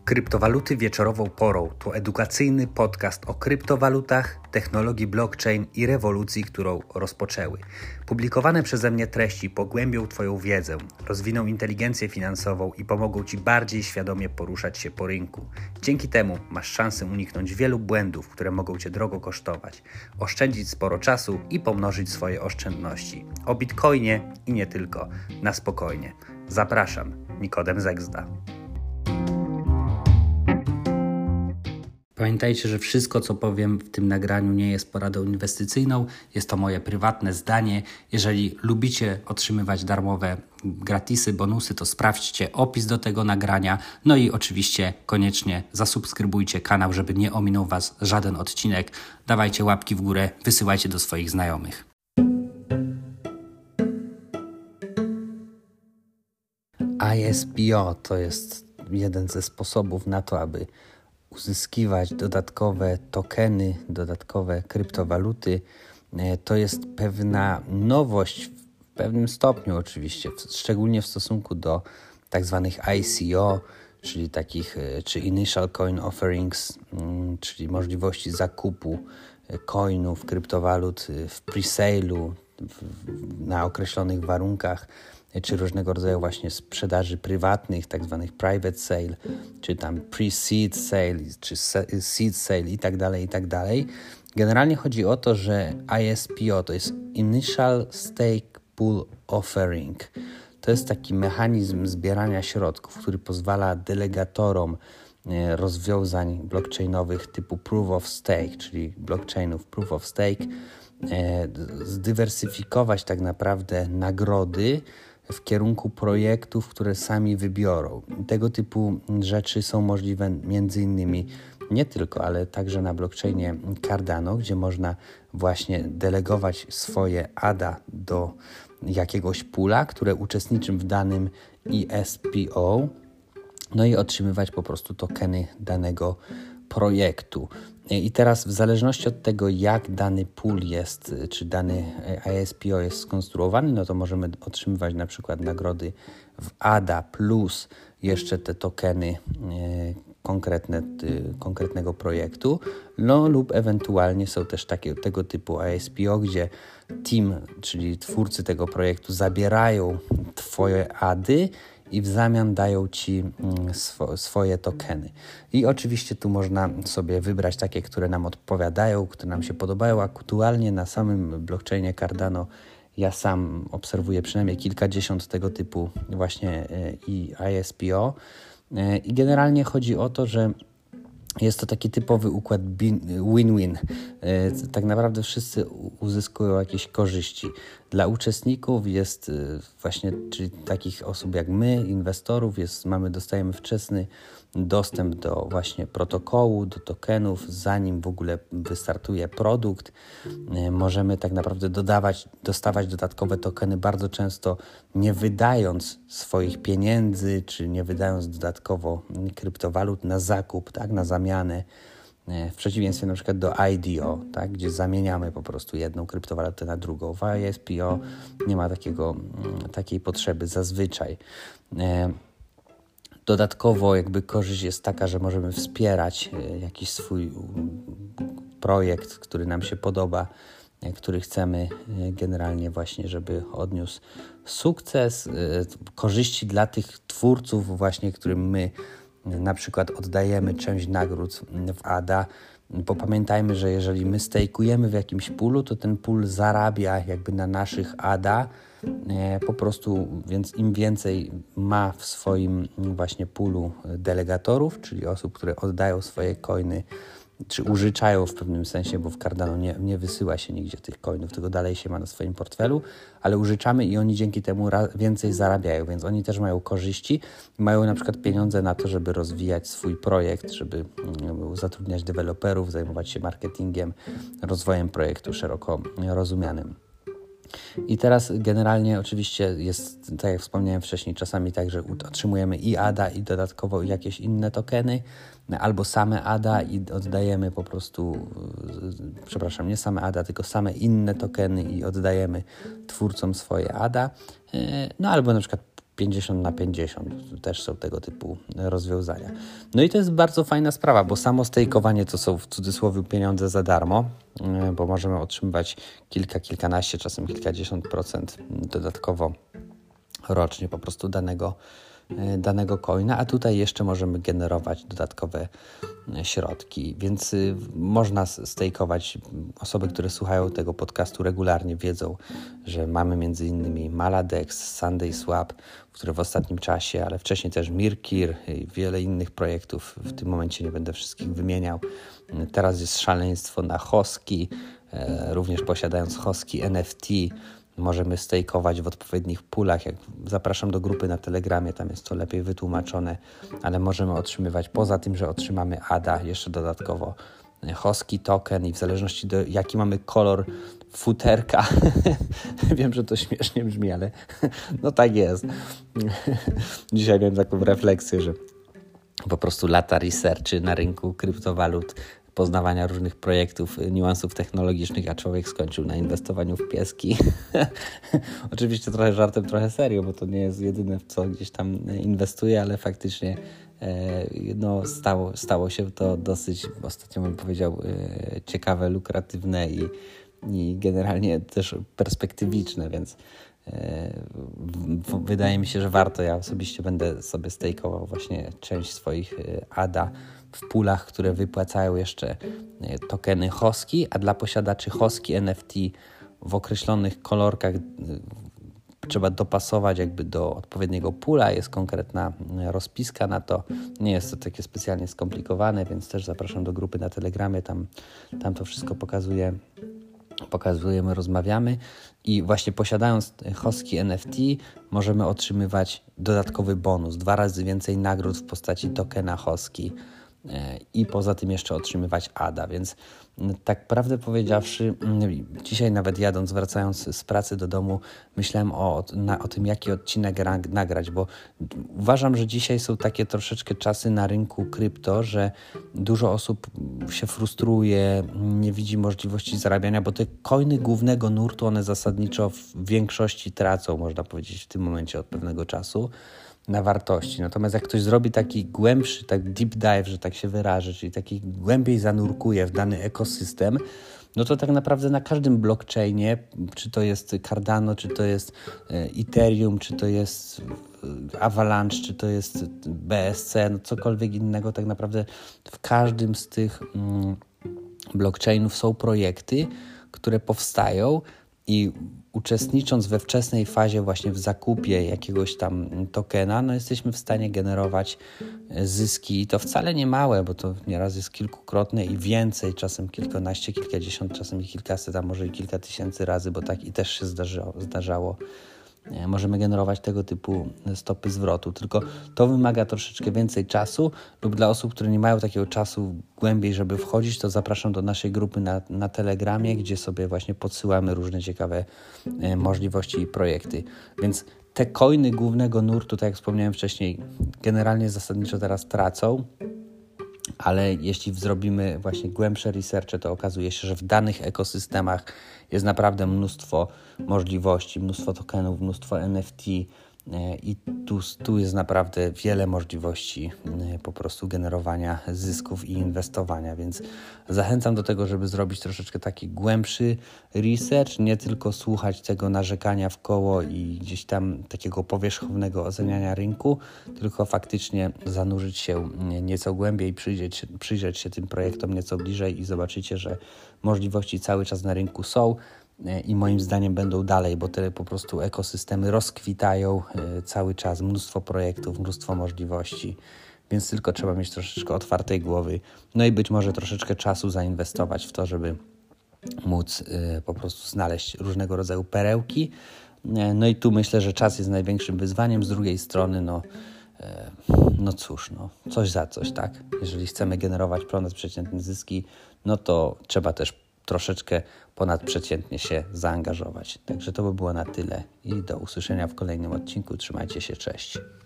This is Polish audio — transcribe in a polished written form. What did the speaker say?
Kryptowaluty wieczorową porą to edukacyjny podcast o kryptowalutach, technologii blockchain i rewolucji, którą rozpoczęły. Publikowane przeze mnie treści pogłębią Twoją wiedzę, rozwiną inteligencję finansową i pomogą Ci bardziej świadomie poruszać się po rynku. Dzięki temu masz szansę uniknąć wielu błędów, które mogą Cię drogo kosztować, oszczędzić sporo czasu i pomnożyć swoje oszczędności. O Bitcoinie i nie tylko, na spokojnie. Zapraszam, Nikodem Zegzda. Pamiętajcie, że wszystko, co powiem w tym nagraniu, nie jest poradą inwestycyjną. Jest to moje prywatne zdanie. Jeżeli lubicie otrzymywać darmowe gratisy, bonusy, to sprawdźcie opis do tego nagrania. No i oczywiście koniecznie zasubskrybujcie kanał, żeby nie ominął Was żaden odcinek. Dawajcie łapki w górę, wysyłajcie do swoich znajomych. ISPO to jest jeden ze sposobów na to, aby uzyskiwać dodatkowe tokeny, dodatkowe kryptowaluty. To jest pewna nowość w pewnym stopniu oczywiście, szczególnie w stosunku do tak zwanych ICO, czyli takich, czy Initial Coin Offerings, czyli możliwości zakupu coinów, kryptowalut w pre-sale'u na określonych warunkach, czy różnego rodzaju właśnie sprzedaży prywatnych, tak zwanych private sale, czy tam pre-seed sale, czy seed sale i tak dalej. Generalnie chodzi o to, że ISPO to jest Initial Stake Pool Offering. To jest taki mechanizm zbierania środków, który pozwala delegatorom rozwiązań blockchainowych typu Proof of Stake, czyli blockchainów Proof of Stake, zdywersyfikować tak naprawdę nagrody w kierunku projektów, które sami wybiorą. Tego typu rzeczy są możliwe między innymi nie tylko, ale także na blockchainie Cardano, gdzie można właśnie delegować swoje ADA do jakiegoś poola, które uczestniczy w danym ISPO, no i otrzymywać po prostu tokeny danego projektu. I teraz w zależności od tego, jak dany pool jest, czy dany ISPO jest skonstruowany, no to możemy otrzymywać na przykład nagrody w ADA plus jeszcze te tokeny konkretnego projektu, no lub ewentualnie są też tego typu ISPO, gdzie team, czyli twórcy tego projektu zabierają Twoje ADY i w zamian dają Ci swoje tokeny. I oczywiście tu można sobie wybrać takie, które nam odpowiadają, które nam się podobają. Aktualnie na samym blockchainie Cardano ja sam obserwuję przynajmniej kilkadziesiąt tego typu właśnie ISPO. I generalnie chodzi o to, że jest to taki typowy układ win-win. Tak naprawdę wszyscy uzyskują jakieś korzyści. Dla uczestników jest właśnie, czyli takich osób jak my, inwestorów, dostajemy wczesny dostęp do właśnie protokołu, do tokenów, zanim w ogóle wystartuje produkt. Możemy tak naprawdę dostawać dodatkowe tokeny bardzo często nie wydając swoich pieniędzy, czy nie wydając dodatkowo kryptowalut na zakup, tak, na zamianę. W przeciwieństwie na przykład do IDO, tak, gdzie zamieniamy po prostu jedną kryptowalutę na drugą. W ISPO nie ma takiej potrzeby zazwyczaj. Dodatkowo jakby korzyść jest taka, że możemy wspierać jakiś swój projekt, który nam się podoba, który chcemy generalnie właśnie, żeby odniósł sukces. Korzyści dla tych twórców właśnie, którym my na przykład oddajemy część nagród w ADA, bo pamiętajmy, że jeżeli my stejkujemy w jakimś poolu, to ten pool zarabia jakby na naszych ADA po prostu, więc im więcej ma w swoim właśnie poolu delegatorów, czyli osób, które oddają swoje coiny, czy użyczają w pewnym sensie, bo w Cardano nie wysyła się nigdzie tych coinów, tylko dalej się ma na swoim portfelu, ale użyczamy i oni dzięki temu więcej zarabiają, więc oni też mają korzyści, mają na przykład pieniądze na to, żeby rozwijać swój projekt, żeby zatrudniać deweloperów, zajmować się marketingiem, rozwojem projektu szeroko rozumianym. I teraz generalnie oczywiście jest, tak jak wspomniałem wcześniej, czasami tak, że otrzymujemy i ADA i dodatkowo jakieś inne tokeny, albo same ADA i oddajemy po prostu, nie same ADA, tylko same inne tokeny i oddajemy twórcom swoje ADA, no albo na przykład 50/50. Też są tego typu rozwiązania. No i to jest bardzo fajna sprawa, bo samo stejkowanie to są w cudzysłowie pieniądze za darmo, bo możemy otrzymywać kilkanaście, czasem kilkadziesiąt procent dodatkowo rocznie po prostu danego coina, a tutaj jeszcze możemy generować dodatkowe środki, więc można stejkować. Osoby, które słuchają tego podcastu regularnie, wiedzą, że mamy między innymi Maladex, SundaySwap, które w ostatnim czasie, ale wcześniej też Mirkir i wiele innych projektów, w tym momencie nie będę wszystkich wymieniał. Teraz jest szaleństwo na Hoski, również posiadając Hoski NFT możemy stejkować w odpowiednich pulach. Zapraszam do grupy na Telegramie, tam jest to lepiej wytłumaczone, ale możemy otrzymywać, poza tym, że otrzymamy ADA, jeszcze dodatkowo Hoski token i w zależności do jaki mamy kolor futerka, wiem, że to śmiesznie brzmi, ale no tak jest. Dzisiaj miałem taką refleksję, że po prostu lata researchy na rynku kryptowalut, poznawania różnych projektów, niuansów technologicznych, a człowiek skończył na inwestowaniu w pieski. Oczywiście trochę żartem, trochę serio, bo to nie jest jedyne, w co gdzieś tam inwestuję, ale faktycznie stało się to dosyć, ostatnio bym powiedział, ciekawe, lukratywne i generalnie też perspektywiczne, więc wydaje mi się, że warto. Ja osobiście będę sobie stejkował właśnie część swoich ADA w pulach, które wypłacają jeszcze tokeny Hoski, a dla posiadaczy Hoski NFT w określonych kolorkach trzeba dopasować jakby do odpowiedniego pula, jest konkretna rozpiska na to. Nie jest to takie specjalnie skomplikowane, więc też zapraszam do grupy na Telegramie, tam to wszystko pokazujemy, rozmawiamy i właśnie posiadając Hoski NFT możemy otrzymywać dodatkowy bonus, 2 razy więcej nagród w postaci tokena Hoski i poza tym jeszcze otrzymywać ADA, więc tak prawdę powiedziawszy, dzisiaj nawet jadąc, wracając z pracy do domu, myślałem o tym, jaki odcinek nagrać, bo uważam, że dzisiaj są takie troszeczkę czasy na rynku krypto, że dużo osób się frustruje, nie widzi możliwości zarabiania, bo te coiny głównego nurtu, one zasadniczo w większości tracą, można powiedzieć, w tym momencie od pewnego czasu na wartości. Natomiast jak ktoś zrobi taki głębszy, tak deep dive, że tak się wyrażę, czyli taki głębiej zanurkuje w dany ekosystem, no to tak naprawdę na każdym blockchainie, czy to jest Cardano, czy to jest Ethereum, czy to jest Avalanche, czy to jest BSC, no cokolwiek innego, tak naprawdę w każdym z tych blockchainów są projekty, które powstają i uczestnicząc we wczesnej fazie właśnie w zakupie jakiegoś tam tokena, no jesteśmy w stanie generować zyski i to wcale nie małe, bo to nieraz jest kilkukrotne i więcej, czasem kilkanaście, kilkadziesiąt, czasem i kilkaset, a może i kilka tysięcy razy, bo tak i też się zdarzało. Możemy generować tego typu stopy zwrotu, tylko to wymaga troszeczkę więcej czasu lub dla osób, które nie mają takiego czasu głębiej, żeby wchodzić, to zapraszam do naszej grupy na Telegramie, gdzie sobie właśnie podsyłamy różne ciekawe możliwości i projekty. Więc te coiny głównego nurtu, tak jak wspomniałem wcześniej, generalnie zasadniczo teraz tracą, ale jeśli zrobimy właśnie głębsze researche, to okazuje się, że w danych ekosystemach jest naprawdę mnóstwo możliwości, mnóstwo tokenów, mnóstwo NFT i tu jest naprawdę wiele możliwości po prostu generowania zysków i inwestowania, więc zachęcam do tego, żeby zrobić troszeczkę taki głębszy research, nie tylko słuchać tego narzekania w koło i gdzieś tam takiego powierzchownego oceniania rynku, tylko faktycznie zanurzyć się nieco głębiej, przyjrzeć się tym projektom nieco bliżej i zobaczycie, że możliwości cały czas na rynku są i moim zdaniem będą dalej, bo te po prostu ekosystemy rozkwitają cały czas, mnóstwo projektów, mnóstwo możliwości, więc tylko trzeba mieć troszeczkę otwartej głowy, no i być może troszeczkę czasu zainwestować w to, żeby móc po prostu znaleźć różnego rodzaju perełki. No i tu myślę, że czas jest największym wyzwaniem, z drugiej strony no cóż, coś za coś, tak? Jeżeli chcemy generować ponadprzeciętne zyski, no to trzeba też troszeczkę ponadprzeciętnie się zaangażować. Także to by było na tyle i do usłyszenia w kolejnym odcinku. Trzymajcie się, cześć.